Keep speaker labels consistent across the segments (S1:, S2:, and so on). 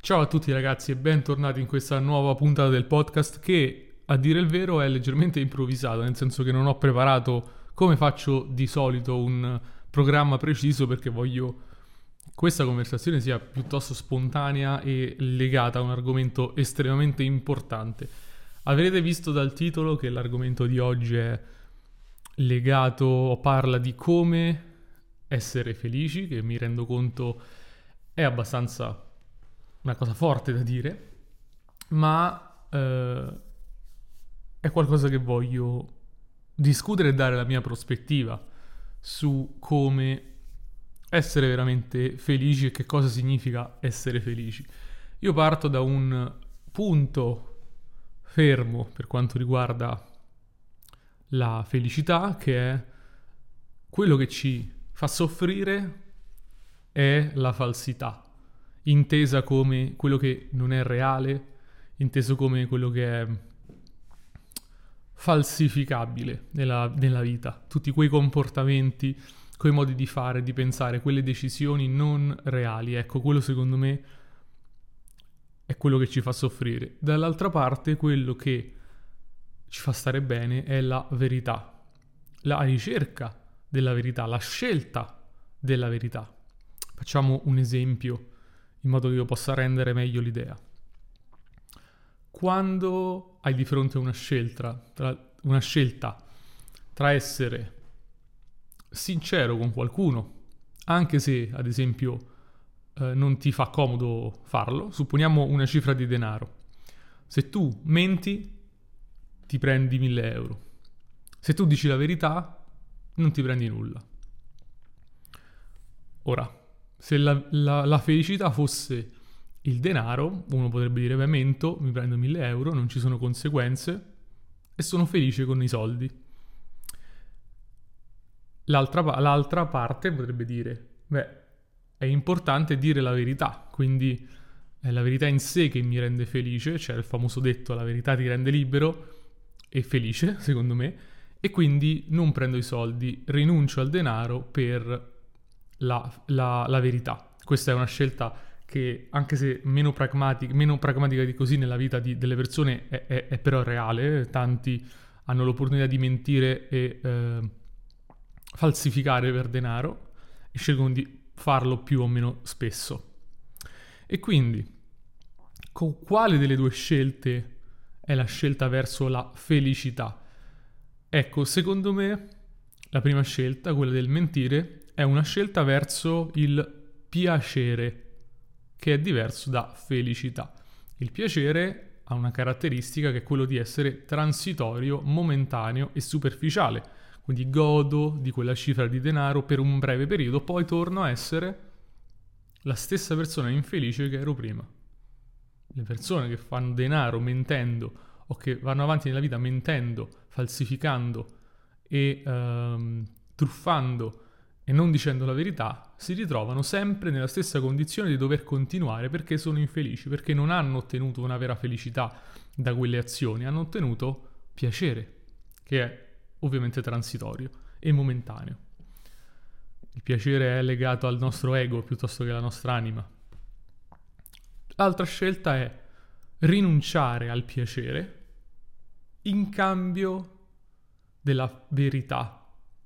S1: Ciao a tutti ragazzi e bentornati in questa nuova puntata del podcast che, a dire il vero, è leggermente improvvisata, nel senso che non ho preparato come faccio di solito un programma preciso perché voglio che questa conversazione sia piuttosto spontanea e legata a un argomento estremamente importante. Avrete visto dal titolo che l'argomento di oggi è legato o parla di come essere felici, che mi rendo conto è abbastanza una cosa forte da dire, ma è qualcosa che voglio discutere e dare la mia prospettiva su come essere veramente felici e che cosa significa essere felici. Io parto da un punto fermo per quanto riguarda la felicità, che è quello che ci fa soffrire è la falsità, intesa come quello che non è reale, inteso come quello che è falsificabile nella vita. Tutti quei comportamenti, quei modi di fare, di pensare, quelle decisioni non reali. Ecco, quello secondo me è quello che ci fa soffrire. Dall'altra parte, quello che ci fa stare bene è la verità, la ricerca della verità, la scelta della verità. Facciamo un esempio in modo che io possa rendere meglio l'idea. Quando hai di fronte una scelta tra essere sincero con qualcuno, anche se ad esempio non ti fa comodo farlo, supponiamo una cifra di denaro. Se tu menti, ti prendi 1.000 euro. Se tu dici la verità, non ti prendi nulla. Ora, se la felicità fosse il denaro, uno potrebbe dire, beh, mento, mi prendo 1.000 euro, non ci sono conseguenze e sono felice con i soldi. L'altra parte potrebbe dire, beh, è importante dire la verità, quindi è la verità in sé che mi rende felice, c'è il famoso detto, la verità ti rende libero e felice, secondo me, e quindi non prendo i soldi, rinuncio al denaro per la verità. Questa è una scelta che, anche se meno pragmatica di così nella vita delle persone, è però reale. Tanti hanno l'opportunità di mentire e falsificare per denaro e scelgono di farlo più o meno spesso. E quindi, con quale delle due scelte è la scelta verso la felicità? Ecco, secondo me la prima scelta, quella del mentire, è una scelta verso il piacere, che è diverso da felicità. Il piacere ha una caratteristica che è quello di essere transitorio, momentaneo e superficiale. Quindi godo di quella cifra di denaro per un breve periodo, poi torno a essere la stessa persona infelice che ero prima. Le persone che fanno denaro mentendo o che vanno avanti nella vita mentendo, falsificando e truffando e non dicendo la verità, si ritrovano sempre nella stessa condizione di dover continuare perché sono infelici, perché non hanno ottenuto una vera felicità da quelle azioni, hanno ottenuto piacere, che è ovviamente transitorio e momentaneo. Il piacere è legato al nostro ego piuttosto che alla nostra anima. L'altra scelta è rinunciare al piacere in cambio della verità.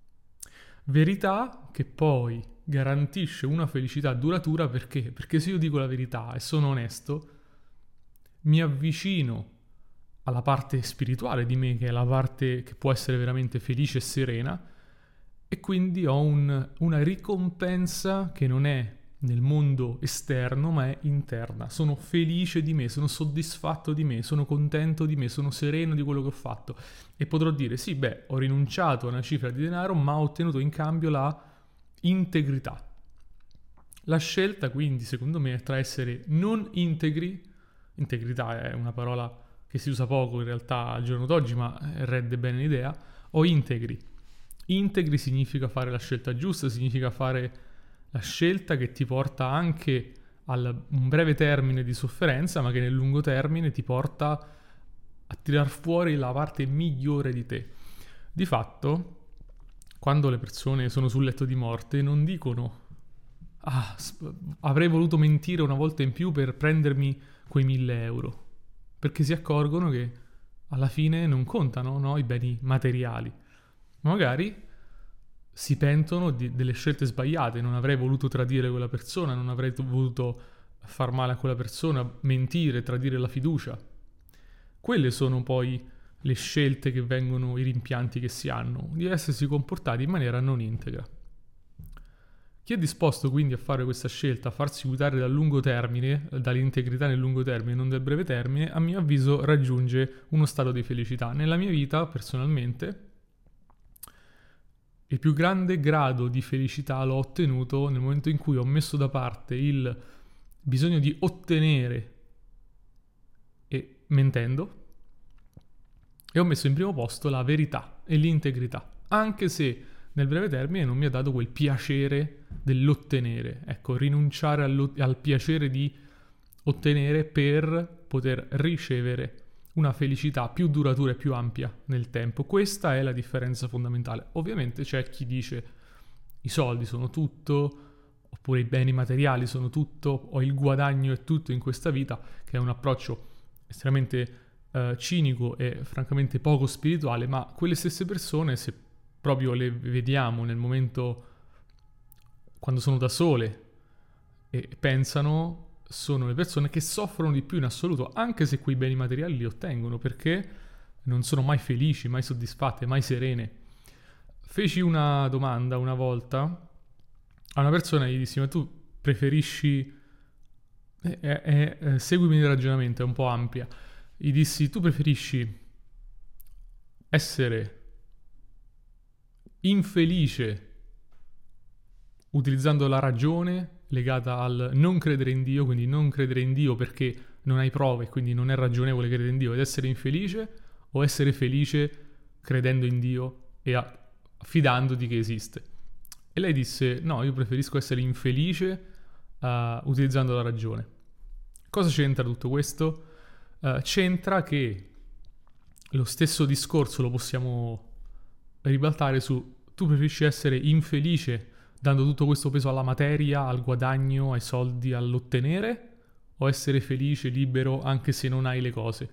S1: Verità che poi garantisce una felicità duratura perché? Perché se io dico la verità e sono onesto, mi avvicino alla parte spirituale di me, che è la parte che può essere veramente felice e serena, e quindi ho una ricompensa che non è nel mondo esterno ma è interna. Sono felice di me, sono soddisfatto di me, sono contento di me, sono sereno di quello che ho fatto e potrò dire sì, beh, ho rinunciato a una cifra di denaro ma ho ottenuto in cambio la integrità. La scelta quindi secondo me è tra essere non integri, integrità è una parola che si usa poco in realtà al giorno d'oggi ma rende bene l'idea, o integri. Integri significa fare la scelta giusta, significa fare la scelta che ti porta anche a un breve termine di sofferenza, ma che nel lungo termine ti porta a tirar fuori la parte migliore di te. Di fatto, quando le persone sono sul letto di morte, non dicono avrei voluto mentire una volta in più per prendermi quei 1.000 euro, perché si accorgono che alla fine non contano, no, i beni materiali. Magari si pentono delle scelte sbagliate, non avrei voluto tradire quella persona, non avrei voluto far male a quella persona, mentire, tradire la fiducia. Quelle sono poi le scelte che vengono, i rimpianti che si hanno, di essersi comportati in maniera non integra. Chi è disposto quindi a fare questa scelta, a farsi guidare dal lungo termine, dall'integrità nel lungo termine, non del breve termine, a mio avviso raggiunge uno stato di felicità. Nella mia vita, personalmente, il più grande grado di felicità l'ho ottenuto nel momento in cui ho messo da parte il bisogno di ottenere e mentendo, e ho messo in primo posto la verità e l'integrità, anche se nel breve termine non mi ha dato quel piacere dell'ottenere. Ecco, rinunciare al piacere di ottenere per poter ricevere una felicità più duratura e più ampia nel tempo. Questa è la differenza fondamentale. Ovviamente c'è chi dice i soldi sono tutto, oppure i beni materiali sono tutto, o il guadagno è tutto in questa vita, che è un approccio estremamente cinico e francamente poco spirituale, ma quelle stesse persone, se proprio le vediamo nel momento quando sono da sole e pensano, sono le persone che soffrono di più in assoluto, anche se quei beni materiali li ottengono, perché non sono mai felici, mai soddisfatte, mai serene. Feci una domanda una volta a una persona e gli dissi: ma tu preferisci... seguimi il ragionamento, è un po' ampia. Gli dissi: tu preferisci essere infelice utilizzando la ragione legata al non credere in Dio, quindi non credere in Dio perché non hai prove, quindi non è ragionevole credere in Dio, ed essere infelice, o essere felice credendo in Dio e fidandoti che esiste? E lei disse: no, io preferisco essere infelice utilizzando la ragione. Cosa c'entra tutto questo? C'entra che lo stesso discorso lo possiamo ribaltare su: tu preferisci essere infelice dando tutto questo peso alla materia, al guadagno, ai soldi, all'ottenere, o essere felice, libero, anche se non hai le cose?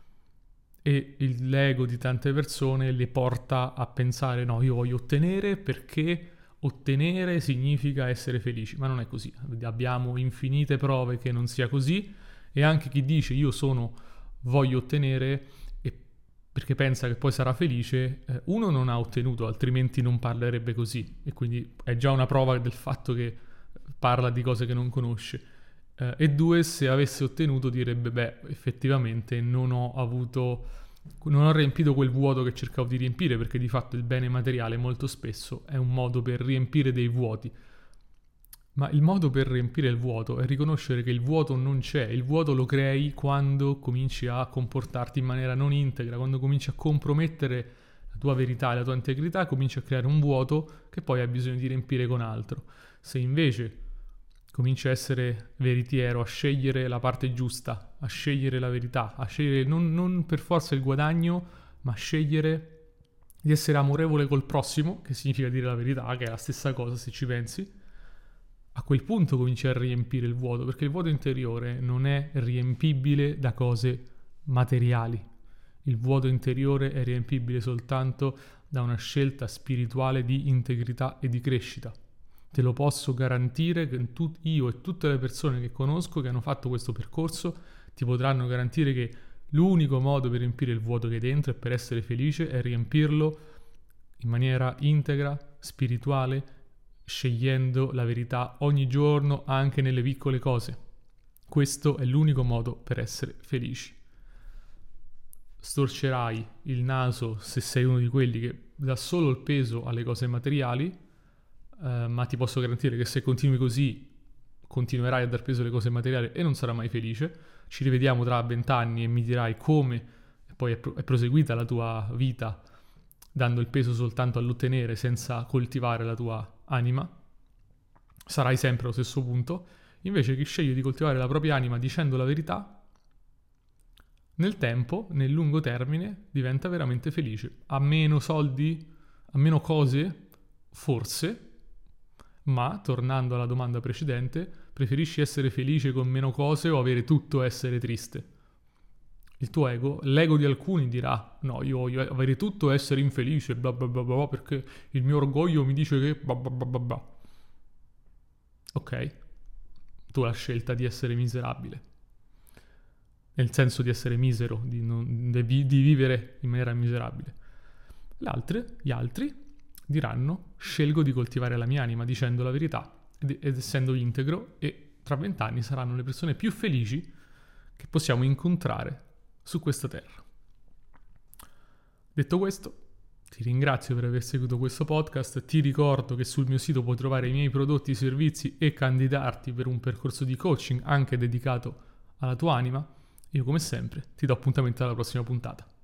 S1: E l'ego di tante persone le porta a pensare: no, io voglio ottenere perché ottenere significa essere felici. Ma non è così. Abbiamo infinite prove che non sia così, e anche chi dice io voglio ottenere perché pensa che poi sarà felice, uno, non ha ottenuto, altrimenti non parlerebbe così, e quindi è già una prova del fatto che parla di cose che non conosce. E due, se avesse ottenuto direbbe: beh, effettivamente non ho riempito quel vuoto che cercavo di riempire, perché di fatto il bene materiale molto spesso è un modo per riempire dei vuoti. Ma il modo per riempire il vuoto è riconoscere che il vuoto non c'è. Il vuoto lo crei quando cominci a comportarti in maniera non integra, quando cominci a compromettere la tua verità e la tua integrità, cominci a creare un vuoto che poi hai bisogno di riempire con altro. Se invece cominci a essere veritiero, a scegliere la parte giusta, a scegliere la verità, a scegliere non per forza il guadagno, ma a scegliere di essere amorevole col prossimo, che significa dire la verità, che è la stessa cosa se ci pensi, a quel punto cominci a riempire il vuoto, perché il vuoto interiore non è riempibile da cose materiali. Il vuoto interiore è riempibile soltanto da una scelta spirituale di integrità e di crescita. Te lo posso garantire, che io e tutte le persone che conosco che hanno fatto questo percorso ti potranno garantire che l'unico modo per riempire il vuoto che hai dentro e per essere felice è riempirlo in maniera integra, spirituale, scegliendo la verità ogni giorno, anche nelle piccole cose. Questo è l'unico modo per essere felici. Storcerai il naso se sei uno di quelli che dà solo il peso alle cose materiali, ma ti posso garantire che se continui così continuerai a dar peso alle cose materiali e non sarai mai felice. Ci rivediamo tra 20 anni e mi dirai come poi è proseguita la tua vita dando il peso soltanto all'ottenere senza coltivare la tua anima. Sarai sempre allo stesso punto. Invece chi sceglie di coltivare la propria anima dicendo la verità, nel tempo, nel lungo termine, diventa veramente felice. Ha meno soldi, ha meno cose, forse, Ma, tornando alla domanda precedente, preferisci essere felice con meno cose o avere tutto e essere triste? Il tuo ego, l'ego di alcuni dirà: no, io voglio avere tutto e essere infelice, bla bla bla bla, perché il mio orgoglio mi dice che bla bla bla bla bla. Ok, tu hai la scelta di essere miserabile, nel senso di essere misero, di vivere in maniera miserabile. Gli altri diranno: scelgo di coltivare la mia anima dicendo la verità ed essendo integro, e tra 20 anni saranno le persone più felici che possiamo incontrare su questa terra. Detto questo, ti ringrazio per aver seguito questo podcast. Ti ricordo che sul mio sito puoi trovare i miei prodotti, servizi e candidarti per un percorso di coaching anche dedicato alla tua anima. Io, come sempre, ti do appuntamento alla prossima puntata.